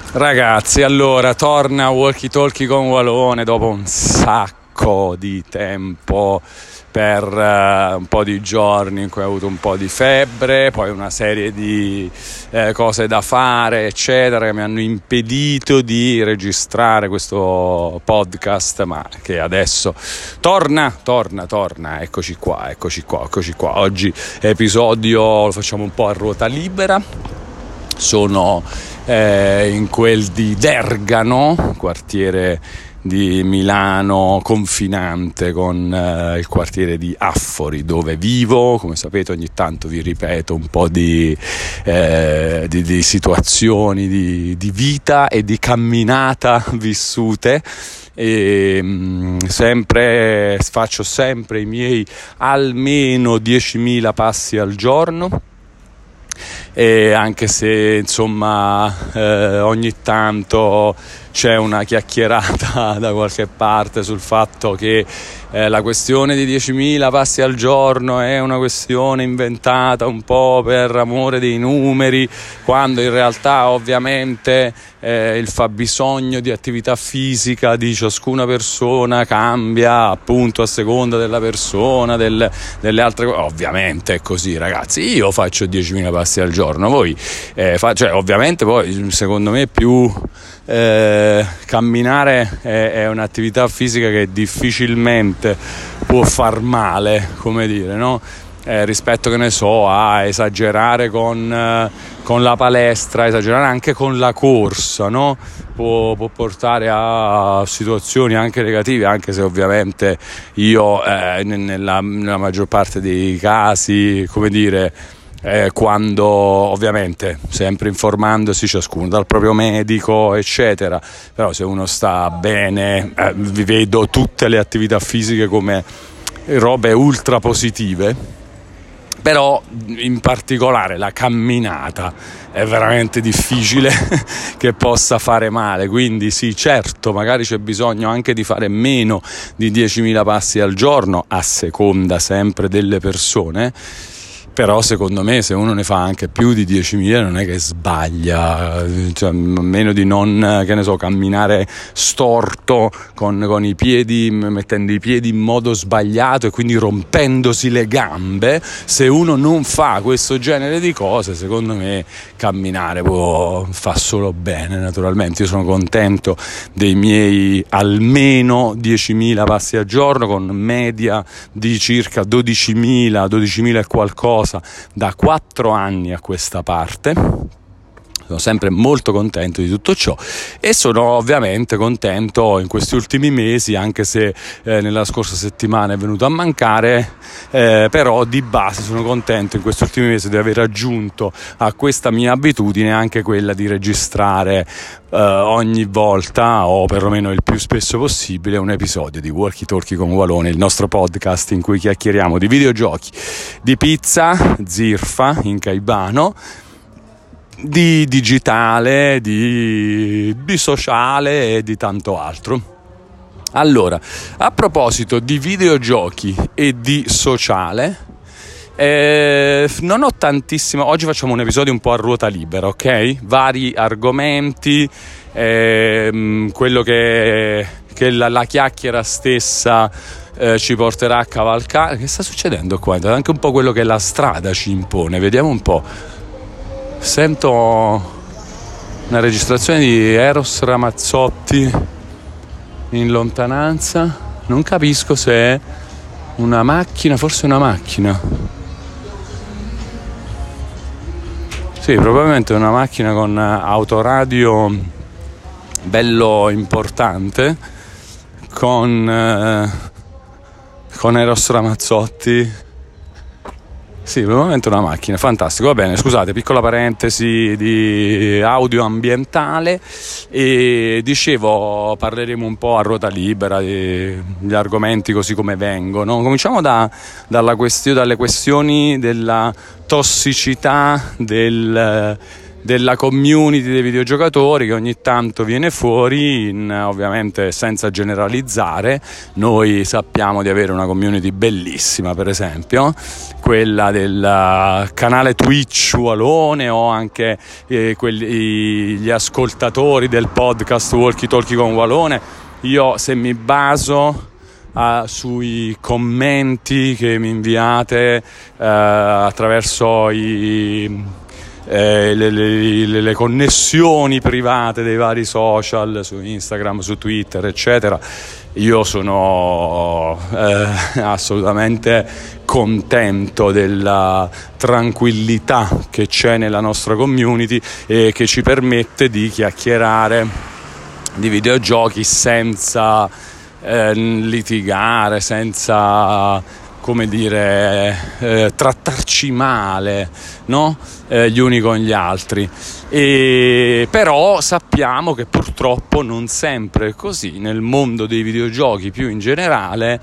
Ragazzi, allora torna Walkie Talkie con Walone dopo un sacco di tempo, per un po' di giorni in cui ho avuto un po' di febbre, poi una serie di cose da fare eccetera che mi hanno impedito di registrare questo podcast, ma che adesso torna, eccoci qua. Oggi episodio lo facciamo un po' a ruota libera. Sono in quel di Dergano, quartiere di Milano confinante con il quartiere di Affori, dove vivo. Come sapete, ogni tanto vi ripeto un po' di situazioni di vita e di camminata vissute, e faccio sempre i miei almeno 10.000 passi al giorno. E anche se insomma ogni tanto c'è una chiacchierata da qualche parte sul fatto che la questione di 10.000 passi al giorno è una questione inventata un po' per amore dei numeri, quando in realtà ovviamente il fabbisogno di attività fisica di ciascuna persona cambia appunto a seconda della persona, delle altre cose. Ovviamente è così, ragazzi. Io faccio 10.000 passi al giorno, voi ovviamente poi secondo me più camminare è un'attività fisica che difficilmente può far male, come dire, no? Rispetto, che ne so, a esagerare con la palestra, esagerare anche con la corsa, no? Può portare a situazioni anche negative, anche se ovviamente io nella maggior parte dei casi, come dire, quando ovviamente sempre informandosi ciascuno dal proprio medico eccetera, però se uno sta bene, vi vedo tutte le attività fisiche come robe ultra positive, però in particolare la camminata è veramente difficile che possa fare male. Quindi sì, certo, magari c'è bisogno anche di fare meno di 10.000 passi al giorno, a seconda sempre delle persone. Però secondo me se uno ne fa anche più di 10.000 non è che sbaglia, cioè, a meno di non, che ne so, camminare storto con i piedi, mettendo i piedi in modo sbagliato e quindi rompendosi le gambe. Se uno non fa questo genere di cose, secondo me camminare fa solo bene. Naturalmente io sono contento dei miei almeno 10.000 passi al giorno, con media di circa 12.000 e qualcosa da 4 anni a questa parte. Sono sempre molto contento di tutto ciò e sono ovviamente contento in questi ultimi mesi, anche se nella scorsa settimana è venuto a mancare, però di base sono contento in questi ultimi mesi di aver aggiunto a questa mia abitudine anche quella di registrare ogni volta, o perlomeno il più spesso possibile, un episodio di Walkie Talkie con Walone, il nostro podcast in cui chiacchieriamo di videogiochi, di pizza, zirfa in Caibano, di digitale, di sociale e di tanto altro. Allora, a proposito di videogiochi e di sociale, non ho tantissimo. Oggi facciamo un episodio un po' a ruota libera, ok? Vari argomenti, quello che la chiacchiera stessa ci porterà a cavalcare. Che sta succedendo qua? Anche un po' quello che la strada ci impone. Vediamo un po'. Sento una registrazione di Eros Ramazzotti in lontananza. Non capisco se è una macchina, forse una macchina. Sì, probabilmente è una macchina con autoradio bello importante, con Eros Ramazzotti. Sì, probabilmente una macchina, fantastico, va bene, scusate, piccola parentesi di audio ambientale. E dicevo, parleremo un po' a ruota libera degli argomenti così come vengono. Cominciamo dalle questioni della tossicità della community dei videogiocatori che ogni tanto viene fuori, ovviamente senza generalizzare. Noi sappiamo di avere una community bellissima, per esempio quella del canale Twitch Walone, o anche gli ascoltatori del podcast Walkie Talkie con Walone. Io, se mi baso sui commenti che mi inviate attraverso le connessioni private dei vari social, su Instagram, su Twitter, eccetera, io sono assolutamente contento della tranquillità che c'è nella nostra community e che ci permette di chiacchierare di videogiochi senza litigare, senza, come dire, trattarci male, no? Gli uni con gli altri. Però sappiamo che purtroppo non sempre è così nel mondo dei videogiochi, più in generale.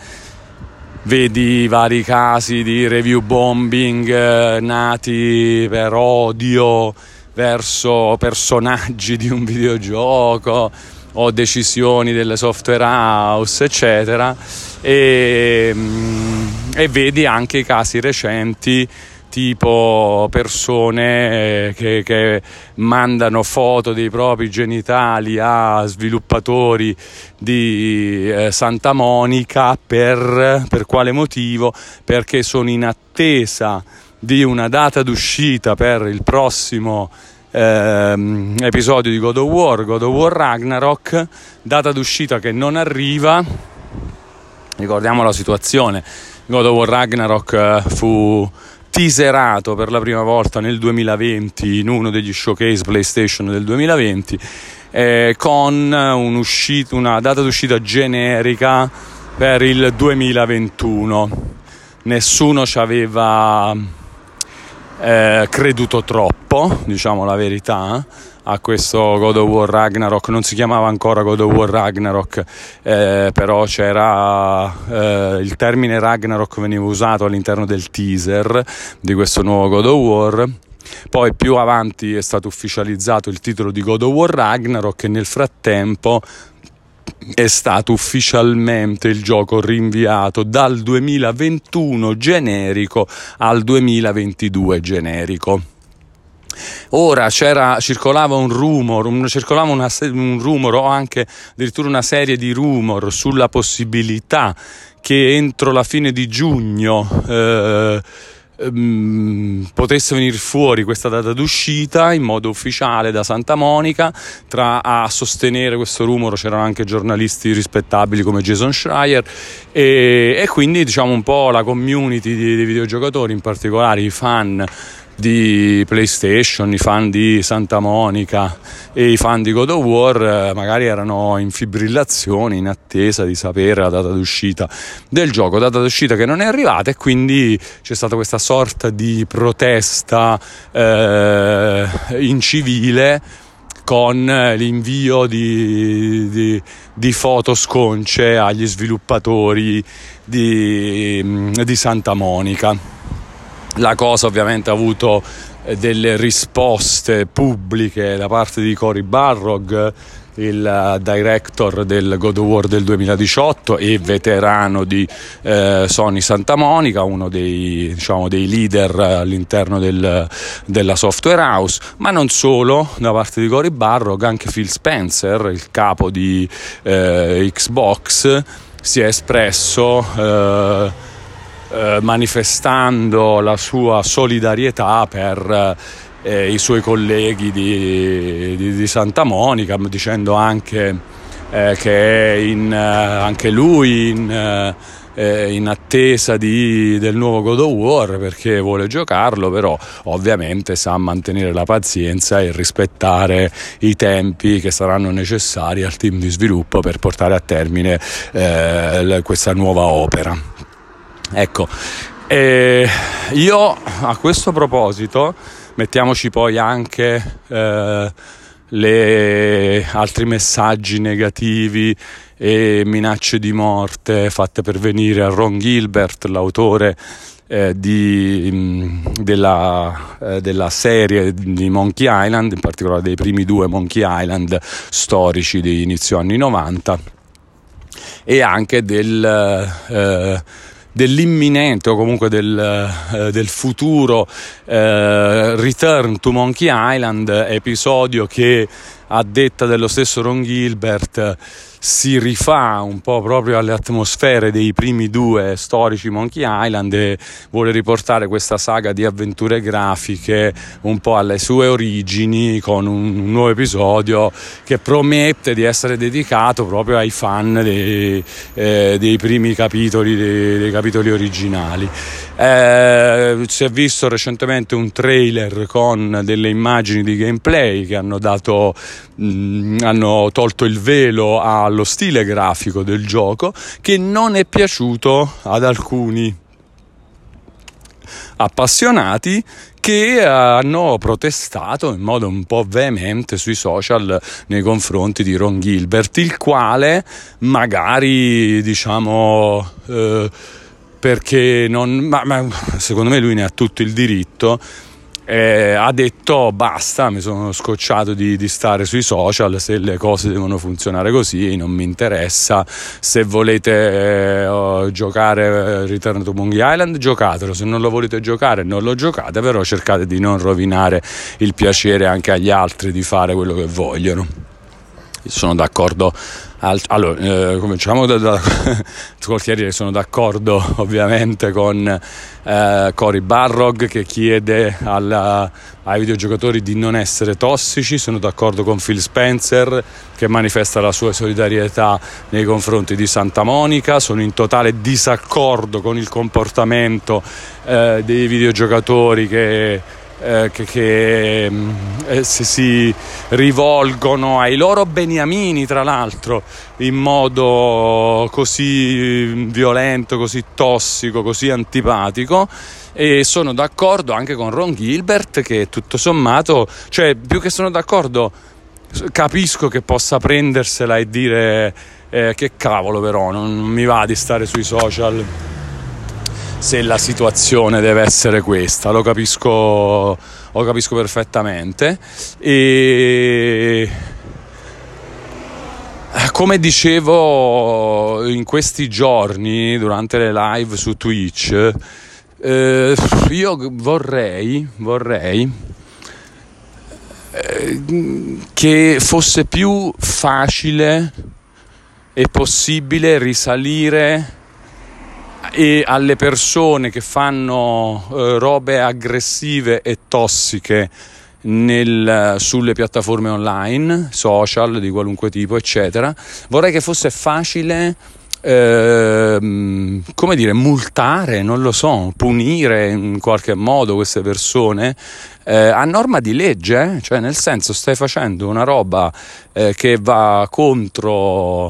Vedi vari casi di review bombing nati per odio verso personaggi di un videogioco o decisioni delle software house, eccetera, e vedi anche i casi recenti, tipo persone che mandano foto dei propri genitali a sviluppatori di Santa Monica. Per quale motivo? Perché sono in attesa di una data d'uscita per il prossimo episodio di God of War Ragnarok, data d'uscita che non arriva. Ricordiamo la situazione: God of War Ragnarok fu teaserato per la prima volta nel 2020 in uno degli showcase PlayStation del 2020, con una data d'uscita generica per il 2021. Nessuno ci aveva creduto troppo, diciamo la verità, a questo God of War Ragnarok. Non si chiamava ancora God of War Ragnarok, però c'era il termine Ragnarok veniva usato all'interno del teaser di questo nuovo God of War. Poi più avanti è stato ufficializzato il titolo di God of War Ragnarok e nel frattempo è stato ufficialmente il gioco rinviato dal 2021 generico al 2022 generico. Ora circolava un rumor o anche addirittura una serie di rumor sulla possibilità che entro la fine di giugno potesse venire fuori questa data d'uscita in modo ufficiale da Santa Monica. A sostenere questo rumor c'erano anche giornalisti rispettabili come Jason Schreier, e quindi, diciamo, un po' la community dei videogiocatori, in particolare i fan di PlayStation, i fan di Santa Monica e i fan di God of War magari erano in fibrillazione in attesa di sapere la data d'uscita del gioco, data d'uscita che non è arrivata, e quindi c'è stata questa sorta di protesta incivile con l'invio di foto sconce agli sviluppatori di Santa Monica. La cosa ovviamente ha avuto delle risposte pubbliche da parte di Cory Barlog, il director del God of War del 2018 e veterano di Sony Santa Monica, uno dei leader all'interno della software house. Ma non solo, da parte di Cory Barlog, anche Phil Spencer, il capo di Xbox, si è espresso manifestando la sua solidarietà per i suoi colleghi di Santa Monica, dicendo anche che è anche lui in attesa del nuovo God of War, perché vuole giocarlo, però ovviamente sa mantenere la pazienza e rispettare i tempi che saranno necessari al team di sviluppo per portare a termine questa nuova opera. Ecco, io a questo proposito, mettiamoci poi anche altri messaggi negativi e minacce di morte fatte pervenire a Ron Gilbert, l'autore della serie di Monkey Island, in particolare dei primi 2 Monkey Island storici di inizio anni 90, e anche dell'imminente, o comunque del futuro Return to Monkey Island, episodio che, a detta dello stesso Ron Gilbert, si rifà un po' proprio alle atmosfere dei primi 2 storici Monkey Island e vuole riportare questa saga di avventure grafiche un po' alle sue origini, con un nuovo episodio che promette di essere dedicato proprio ai fan dei primi capitoli, dei capitoli originali. Si è visto recentemente un trailer con delle immagini di gameplay che hanno tolto il velo allo stile grafico del gioco, che non è piaciuto ad alcuni appassionati, che hanno protestato in modo un po' veemente sui social nei confronti di Ron Gilbert, il quale magari, diciamo, perché ma secondo me lui ne ha tutto il diritto, ha detto basta, mi sono scocciato di stare sui social, se le cose devono funzionare così non mi interessa, se volete giocare Return to Monkey Island giocatelo, se non lo volete giocare non lo giocate, però cercate di non rovinare il piacere anche agli altri di fare quello che vogliono. Sono d'accordo. Allora, cominciamo da Scoltieri. Sono d'accordo ovviamente con Cory Barlog, che chiede ai videogiocatori di non essere tossici. Sono d'accordo con Phil Spencer, che manifesta la sua solidarietà nei confronti di Santa Monica. Sono in totale disaccordo con il comportamento dei videogiocatori che si rivolgono ai loro beniamini, tra l'altro in modo così violento, così tossico, così antipatico. E sono d'accordo anche con Ron Gilbert, che tutto sommato, cioè più che sono d'accordo, capisco che possa prendersela e dire che cavolo, però non mi va di stare sui social se la situazione deve essere questa. Lo capisco perfettamente. E come dicevo in questi giorni durante le live su Twitch, io vorrei che fosse più facile e possibile risalire e alle persone che fanno robe aggressive e tossiche sulle piattaforme online, social di qualunque tipo, eccetera. Vorrei che fosse facile multare, non lo so, punire in qualche modo queste persone a norma di legge, cioè nel senso, stai facendo una roba che va contro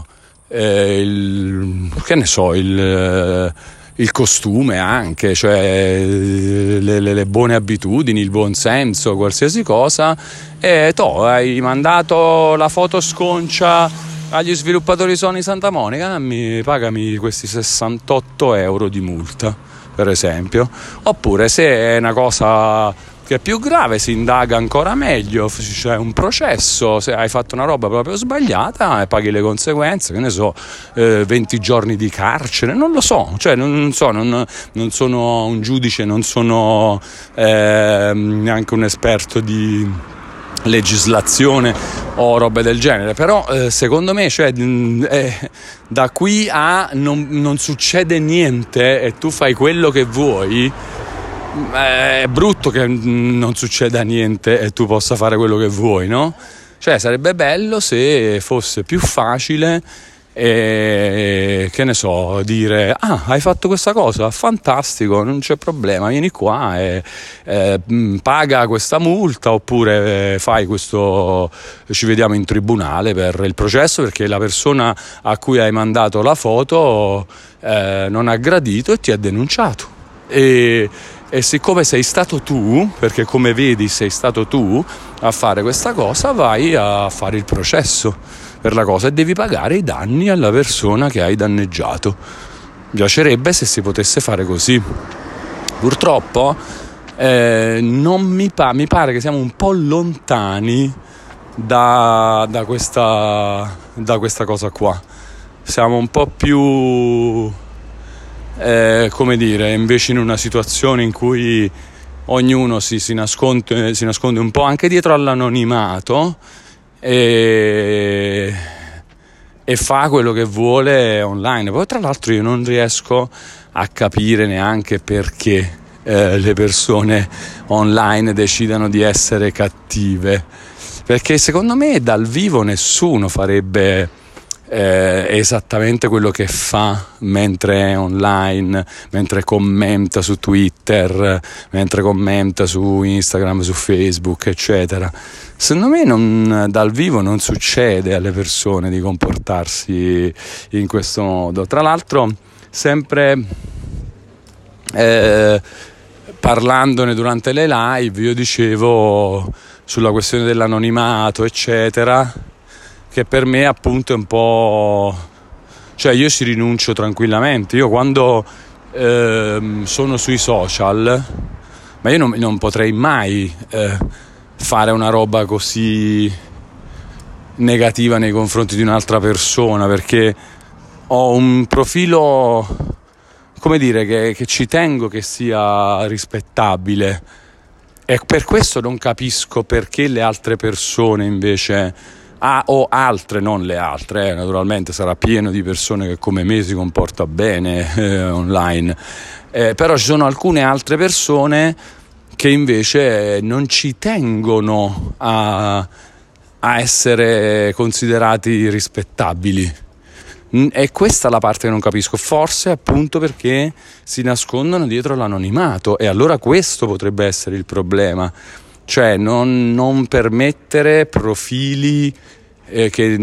il costume anche, cioè le buone abitudini, il buon senso, qualsiasi cosa, e hai mandato la foto sconcia agli sviluppatori Sony Santa Monica, pagami questi 68 euro di multa, per esempio. Oppure, se è una cosa che è più grave, si indaga ancora meglio, c'è un processo, se hai fatto una roba proprio sbagliata e paghi le conseguenze, che ne so, 20 giorni di carcere, non lo so, cioè non sono un giudice, non sono neanche un esperto di legislazione o robe del genere, però secondo me, cioè, da qui a non succede niente e tu fai quello che vuoi. È brutto che non succeda niente e tu possa fare quello che vuoi, no? Cioè, sarebbe bello se fosse più facile, che ne so, dire: hai fatto questa cosa, fantastico, non c'è problema, vieni qua e paga questa multa, oppure fai questo, ci vediamo in tribunale per il processo, perché la persona a cui hai mandato la foto non ha gradito e ti ha denunciato. E siccome sei stato tu, perché come vedi sei stato tu a fare questa cosa, vai a fare il processo per la cosa e devi pagare i danni alla persona che hai danneggiato. Mi piacerebbe se si potesse fare così. Purtroppo mi pare che siamo un po' lontani da questa cosa qua. Siamo un po' più come dire, invece in una situazione in cui ognuno si nasconde un po' anche dietro all'anonimato e fa quello che vuole online. Poi tra l'altro io non riesco a capire neanche perché le persone online decidano di essere cattive, perché secondo me dal vivo nessuno farebbe esattamente quello che fa mentre è online, mentre commenta su Twitter, mentre commenta su Instagram, su Facebook, eccetera. Secondo me dal vivo non succede alle persone di comportarsi in questo modo. Tra l'altro, sempre parlandone durante le live, io dicevo sulla questione dell'anonimato, eccetera, che per me appunto è un po', cioè io ci rinuncio tranquillamente. Io quando sono sui social, ma io non potrei mai fare una roba così negativa nei confronti di un'altra persona, perché ho un profilo, come dire, che ci tengo che sia rispettabile, e per questo non capisco perché le altre persone invece o altre, non le altre, naturalmente sarà pieno di persone che come me si comporta bene online, però ci sono alcune altre persone che invece non ci tengono a essere considerati rispettabili. E questa è la parte che non capisco, forse appunto perché si nascondono dietro l'anonimato, e allora questo potrebbe essere il problema, cioè non permettere profili che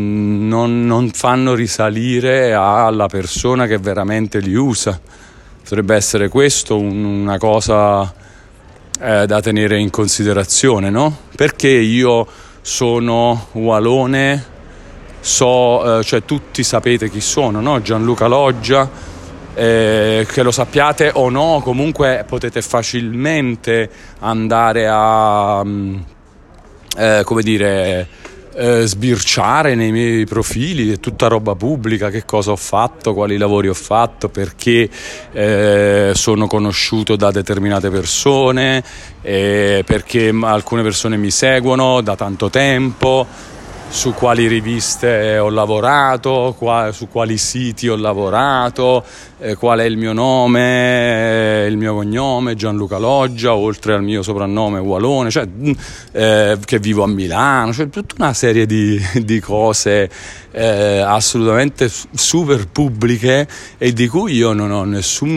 non fanno risalire alla persona che veramente li usa. Potrebbe essere questo una cosa da tenere in considerazione, no? Perché io sono Walone, cioè tutti sapete chi sono, no? Gianluca Loggia, che lo sappiate o no, comunque potete facilmente andare a come dire, sbirciare nei miei profili, è tutta roba pubblica, che cosa ho fatto, quali lavori ho fatto, perché sono conosciuto da determinate persone, perché alcune persone mi seguono da tanto tempo, su quali riviste ho lavorato, su quali siti ho lavorato, qual è il mio nome, il mio cognome, Gianluca Loggia, oltre al mio soprannome Walone, cioè che vivo a Milano, cioè tutta una serie di cose assolutamente super pubbliche, e di cui io non ho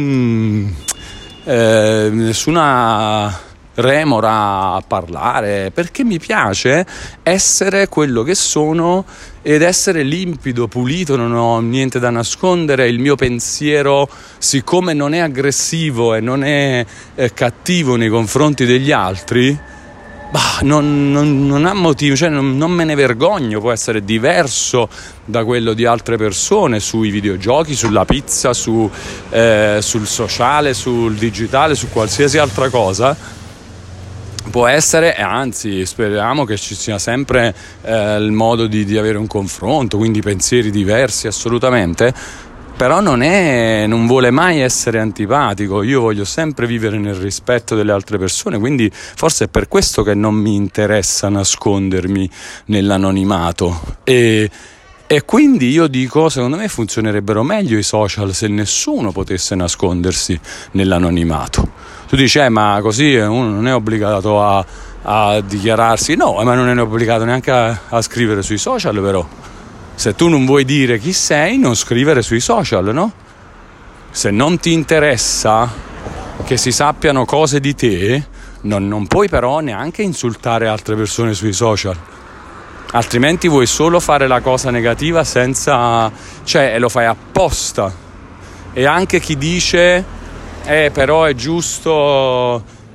nessuna remora a parlare, perché mi piace essere quello che sono ed essere limpido, pulito, non ho niente da nascondere. Il mio pensiero, siccome non è aggressivo e non è cattivo nei confronti degli altri, non ha motivo, cioè non me ne vergogno. Può essere diverso da quello di altre persone sui videogiochi, sulla pizza, sul sociale, sul digitale, su qualsiasi altra cosa. Può essere, e anzi speriamo che ci sia sempre il modo di avere un confronto, quindi pensieri diversi assolutamente, però non vuole mai essere antipatico. Io voglio sempre vivere nel rispetto delle altre persone, quindi forse è per questo che non mi interessa nascondermi nell'anonimato. E quindi io dico, secondo me funzionerebbero meglio i social se nessuno potesse nascondersi nell'anonimato. Tu dici, ma così uno non è obbligato a dichiararsi. No, ma non è obbligato neanche a scrivere sui social, però. Se tu non vuoi dire chi sei, non scrivere sui social, no? Se non ti interessa che si sappiano cose di te, non puoi però neanche insultare altre persone sui social. Altrimenti vuoi solo fare la cosa negativa cioè lo fai apposta. E anche chi dice però è giusto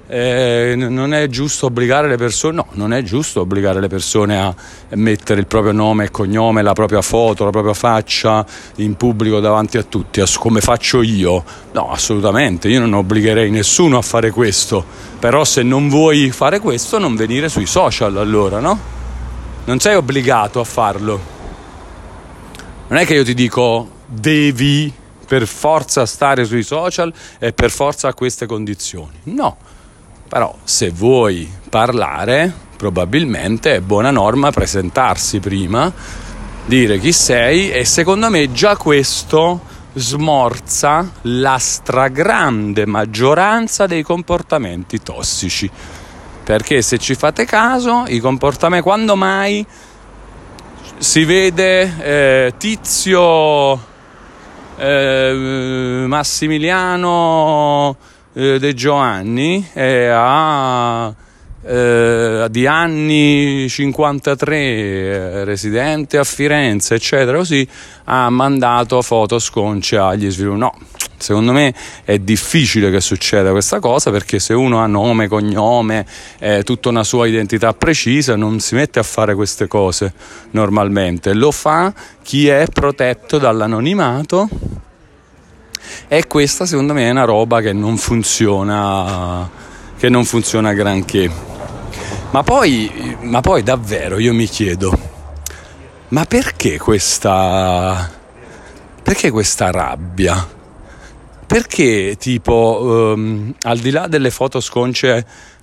non è giusto obbligare le persone, no, non è giusto obbligare le persone a mettere il proprio nome e cognome, la propria foto, la propria faccia in pubblico davanti a tutti, come faccio io. No, assolutamente, io non obbligherei nessuno a fare questo, però se non vuoi fare questo non venire sui social, allora, no? Non sei obbligato a farlo. Non è che io ti dico devi per forza stare sui social e per forza a queste condizioni, no. Però se vuoi parlare, probabilmente è buona norma presentarsi prima, dire chi sei, e secondo me già questo smorza la stragrande maggioranza dei comportamenti tossici. Perché se ci fate caso, i comportamenti, quando mai si vede Tizio Massimiliano De Giovanni di anni 53, residente a Firenze, eccetera, così ha mandato foto sconce agli sviluppatori. No, secondo me è difficile che succeda questa cosa, perché se uno ha nome, cognome, tutta una sua identità precisa, non si mette a fare queste cose normalmente. Lo fa chi è protetto dall'anonimato, e questa secondo me è una roba che non funziona granché. Ma poi davvero io mi chiedo, ma perché questa rabbia? Perché tipo al di là delle foto sconce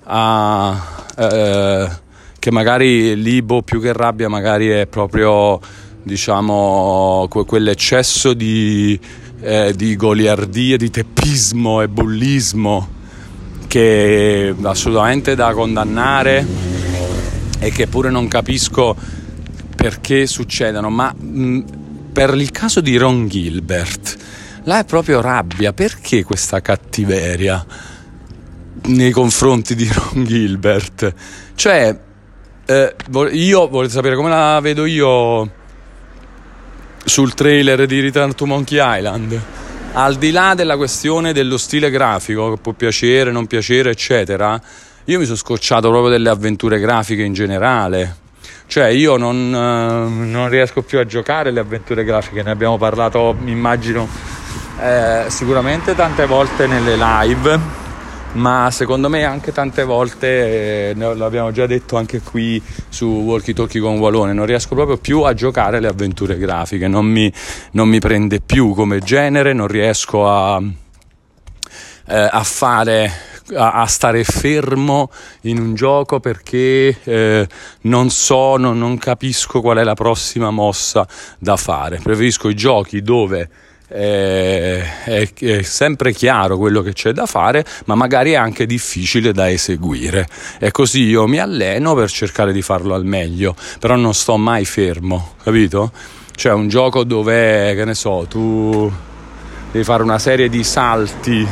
che magari l'ibo più che rabbia magari è proprio, diciamo, quell'eccesso di goliardia, di teppismo e bullismo che è assolutamente da condannare e che pure non capisco perché succedano. Ma per il caso di Ron Gilbert, là è proprio rabbia. Perché questa cattiveria nei confronti di Ron Gilbert? Cioè, io volete sapere come la vedo io sul trailer di Return to Monkey Island? Al di là della questione dello stile grafico, che può piacere, non piacere, eccetera, io mi sono scocciato proprio delle avventure grafiche in generale. Cioè io non riesco più a giocare le avventure grafiche, ne abbiamo parlato, immagino, sicuramente tante volte nelle live, ma secondo me anche tante volte, l'abbiamo già detto anche qui su Walkie Talkie con Walone, non riesco proprio più a giocare le avventure grafiche, non mi prende più come genere, non riesco a stare fermo in un gioco, perché non capisco qual è la prossima mossa da fare. Preferisco i giochi dove è sempre chiaro quello che c'è da fare, ma magari è anche difficile da eseguire, e così io mi alleno per cercare di farlo al meglio, però non sto mai fermo, capito? Cioè un gioco dove, che ne so, tu devi fare una serie di salti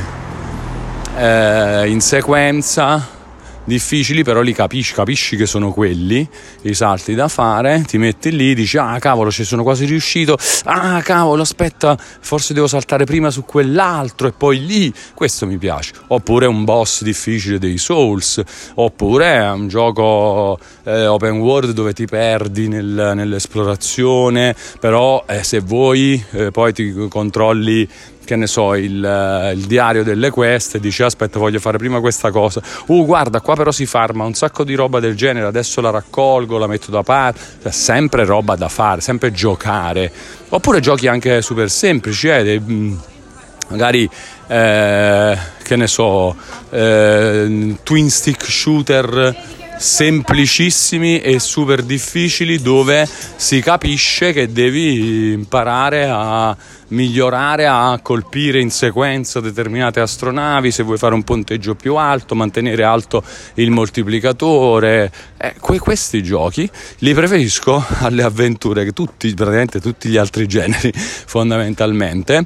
in sequenza difficili, però li capisci che sono quelli i salti da fare, ti metti lì, dici ah cavolo ci sono quasi riuscito, ah cavolo aspetta forse devo saltare prima su quell'altro e poi lì, questo mi piace. Oppure un boss difficile dei Souls, oppure un gioco open world dove ti perdi nell'esplorazione, però se vuoi poi ti controlli, che ne so, il diario delle quest e dici aspetta voglio fare prima questa cosa, guarda qua però si farma un sacco di roba del genere, adesso la raccolgo, la metto da parte, cioè, sempre roba da fare, sempre giocare. Oppure giochi anche super semplici, magari che ne so, twin stick shooter semplicissimi e super difficili, dove si capisce che devi imparare a migliorare a colpire in sequenza determinate astronavi, se vuoi fare un punteggio più alto, mantenere alto il moltiplicatore. Questi giochi li preferisco alle avventure, che praticamente tutti gli altri generi fondamentalmente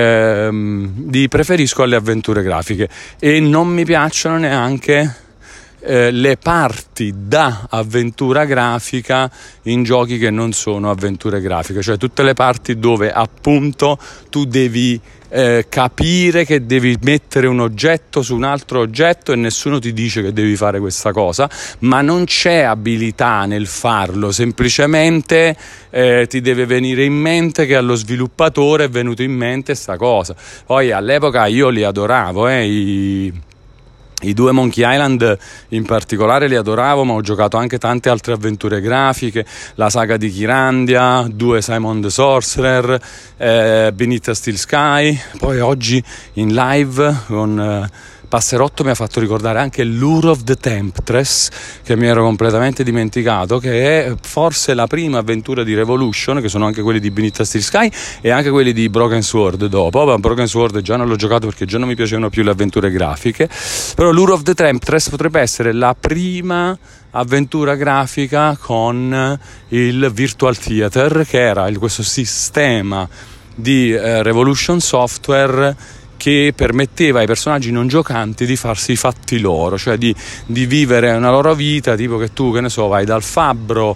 li preferisco alle avventure grafiche, e non mi piacciono neanche le parti da avventura grafica in giochi che non sono avventure grafiche, cioè tutte le parti dove appunto tu devi capire che devi mettere un oggetto su un altro oggetto e nessuno ti dice che devi fare questa cosa, ma non c'è abilità nel farlo, semplicemente ti deve venire in mente che allo sviluppatore è venuto in mente sta cosa. Poi all'epoca io li adoravo, i due Monkey Island in particolare li adoravo, ma ho giocato anche tante altre avventure grafiche, la saga di Kyrandia, 2 Simon the Sorcerer, Beneath a Steel Sky. Poi oggi in live con Passerotto mi ha fatto ricordare anche Lure of the Temptress, che mi ero completamente dimenticato, che è forse la prima avventura di Revolution, che sono anche quelli di Beneath a Steel Sky e anche quelli di Broken Sword dopo. Ma Broken Sword già non l'ho giocato perché già non mi piacevano più le avventure grafiche, però Lure of the Temptress potrebbe essere la prima avventura grafica con il Virtual Theater, che era questo sistema di Revolution Software che permetteva ai personaggi non giocanti di farsi i fatti loro, cioè di vivere una loro vita, tipo che tu, che ne so, vai dal fabbro,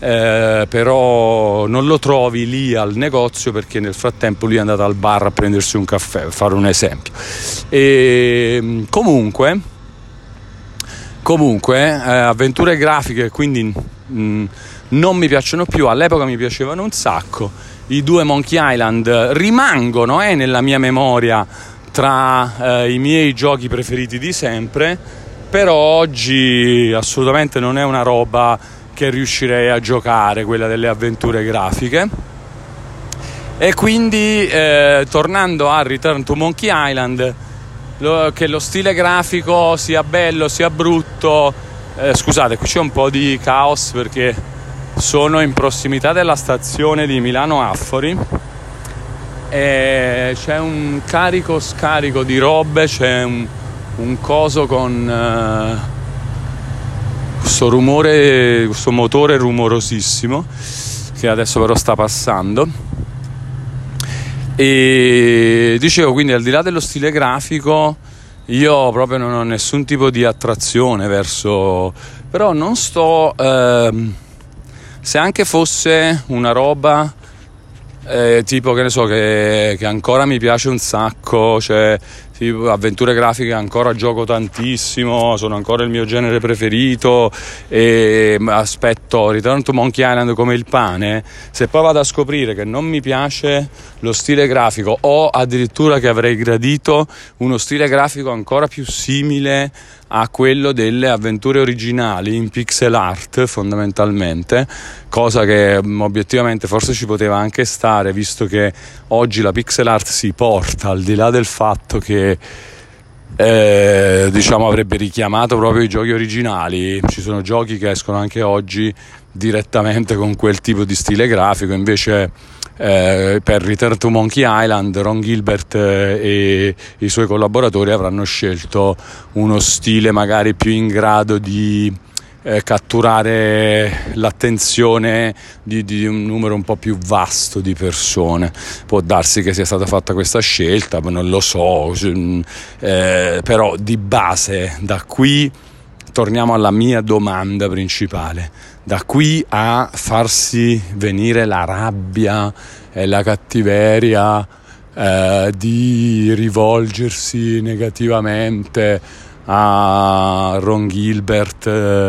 però non lo trovi lì al negozio perché nel frattempo lui è andato al bar a prendersi un caffè, per fare un esempio. E comunque avventure grafiche quindi non mi piacciono più, all'epoca mi piacevano un sacco. I 2 Monkey Island rimangono nella mia memoria tra i miei giochi preferiti di sempre, però oggi assolutamente non è una roba che riuscirei a giocare, quella delle avventure grafiche. E quindi tornando a Return to Monkey Island, che lo stile grafico sia bello sia brutto, scusate, qui c'è un po' di caos perché sono in prossimità della stazione di Milano Affori e c'è un carico-scarico di robe, c'è un coso con questo rumore, questo motore rumorosissimo che adesso però sta passando. E dicevo, quindi al di là dello stile grafico io proprio non ho nessun tipo di attrazione verso, però non sto se anche fosse una roba tipo, che ne so, che ancora mi piace un sacco, cioè tipo avventure grafiche ancora gioco tantissimo, sono ancora il mio genere preferito e aspetto Return to Monkey Island come il pane, se poi vado a scoprire che non mi piace lo stile grafico o addirittura che avrei gradito uno stile grafico ancora più simile a quello delle avventure originali in pixel art fondamentalmente, cosa che obiettivamente forse ci poteva anche stare, visto che oggi la pixel art si porta, al di là del fatto che diciamo avrebbe richiamato proprio i giochi originali. Ci sono giochi che escono anche oggi direttamente con quel tipo di stile grafico, invece per Return to Monkey Island Ron Gilbert e i suoi collaboratori avranno scelto uno stile magari più in grado di catturare l'attenzione di un numero un po' più vasto di persone. Può darsi che sia stata fatta questa scelta, ma non lo so, però di base, da qui torniamo alla mia domanda principale, da qui a farsi venire la rabbia e la cattiveria di rivolgersi negativamente a Ron Gilbert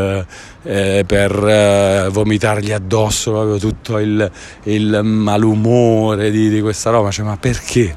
per vomitargli addosso proprio tutto il malumore di questa roba, cioè, ma perché?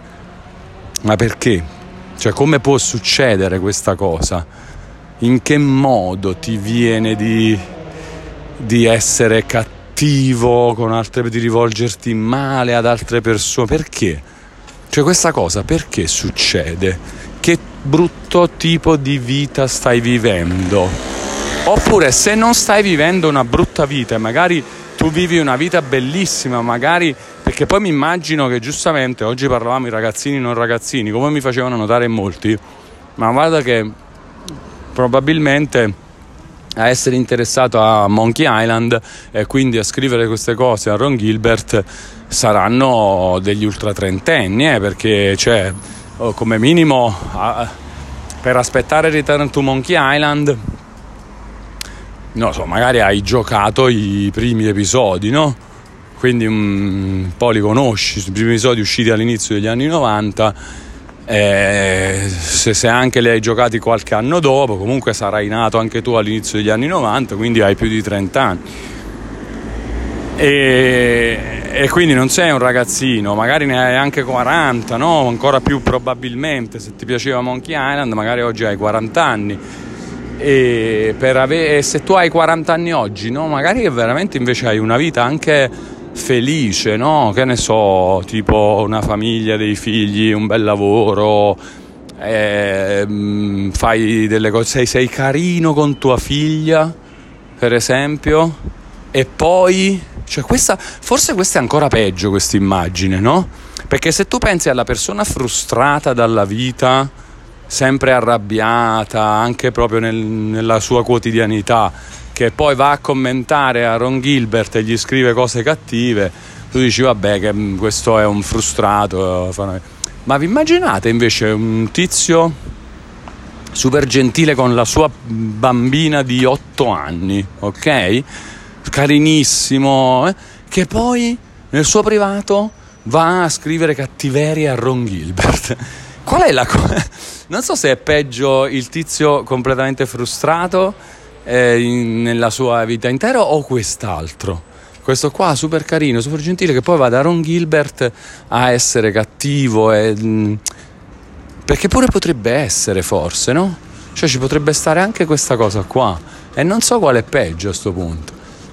Cioè, come può succedere questa cosa? In che modo ti viene di essere cattivo con altre, di rivolgerti male ad altre persone? Perché? Cioè, questa cosa perché succede? Che brutto tipo di vita stai vivendo? Oppure, se non stai vivendo una brutta vita e magari tu vivi una vita bellissima, magari, perché poi mi immagino che giustamente oggi parlavamo di ragazzini non ragazzini, come mi facevano notare molti, ma guarda che probabilmente a essere interessato a Monkey Island e quindi a scrivere queste cose a Ron Gilbert saranno degli ultra trentenni, perché cioè, come minimo per aspettare Return to Monkey Island non so, magari hai giocato i primi episodi, no? Quindi un po' li conosci, i primi episodi usciti all'inizio degli anni 90, se anche li hai giocati qualche anno dopo, comunque sarai nato anche tu all'inizio degli anni 90, quindi hai più di 30 anni. E quindi non sei un ragazzino, magari ne hai anche 40, no? Ancora più probabilmente, se ti piaceva Monkey Island, magari oggi hai 40 anni. E se tu hai 40 anni oggi, no? Magari veramente invece hai una vita anche felice, no? Che ne so, tipo una famiglia, dei figli, un bel lavoro, fai delle cose, sei carino con tua figlia, per esempio, e poi, cioè forse questa è ancora peggio, questa immagine, no? Perché se tu pensi alla persona frustrata dalla vita, sempre arrabbiata anche proprio nella sua quotidianità, che poi va a commentare a Ron Gilbert e gli scrive cose cattive, tu dici vabbè che questo è un frustrato, ma vi immaginate invece un tizio super gentile con la sua bambina di 8 anni, ok? Carinissimo, che poi nel suo privato va a scrivere cattiverie a Ron Gilbert? Qual è la cosa? Non so se è peggio il tizio completamente frustrato nella sua vita intera o quest'altro, questo qua super carino, super gentile, che poi va da Ron Gilbert a essere cattivo, perché pure potrebbe essere, forse, no? Cioè ci potrebbe stare anche questa cosa qua, e non so quale è peggio a sto punto,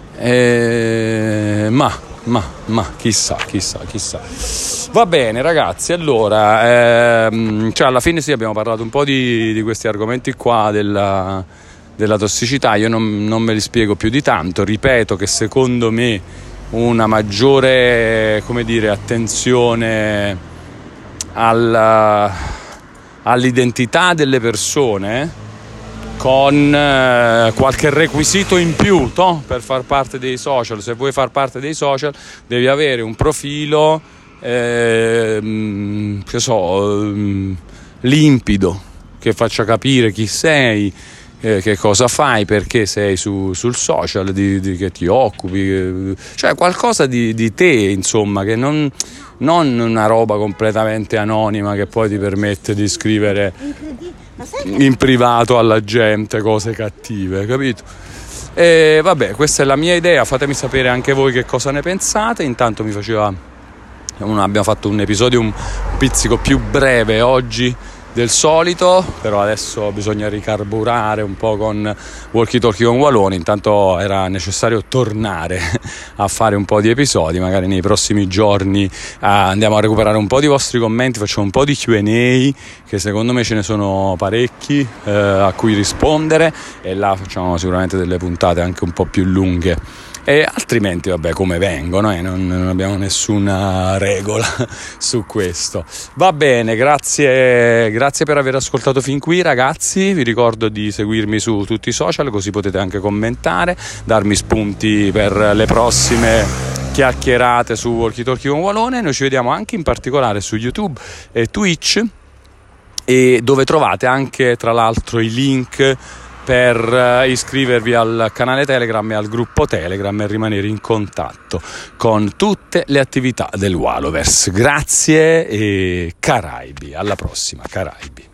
ma chissà. Va bene ragazzi, allora cioè alla fine sì, abbiamo parlato un po' di questi argomenti qua della tossicità. Io non me li spiego più di tanto, ripeto che secondo me una maggiore, come dire, attenzione all'identità delle persone, con qualche requisito in più, no? Per far parte dei social. Se vuoi far parte dei social devi avere un profilo limpido, che faccia capire chi sei, che cosa fai, perché sei sul social, di che ti occupi, cioè qualcosa di te, insomma, che non una roba completamente anonima che poi ti permette di scrivere in privato alla gente cose cattive, capito? E vabbè, questa è la mia idea, fatemi sapere anche voi che cosa ne pensate. Intanto abbiamo fatto un episodio un pizzico più breve oggi del solito, però adesso bisogna ricarburare un po' con Walkie Talkie con Walone. Intanto era necessario tornare a fare un po' di episodi, magari nei prossimi giorni andiamo a recuperare un po' di vostri commenti, facciamo un po' di Q&A, che secondo me ce ne sono parecchi a cui rispondere, e là facciamo sicuramente delle puntate anche un po' più lunghe. E altrimenti vabbè, come vengono, non abbiamo nessuna regola su questo. Va bene, grazie per aver ascoltato fin qui ragazzi. Vi ricordo di seguirmi su tutti i social, così potete anche commentare, darmi spunti per le prossime chiacchierate su Walkie Talkie con Walone. Noi ci vediamo anche in particolare su YouTube e Twitch, e dove trovate anche tra l'altro i link per iscrivervi al canale Telegram e al gruppo Telegram e rimanere in contatto con tutte le attività del Waloverse. Grazie e Caraibi, alla prossima Caraibi.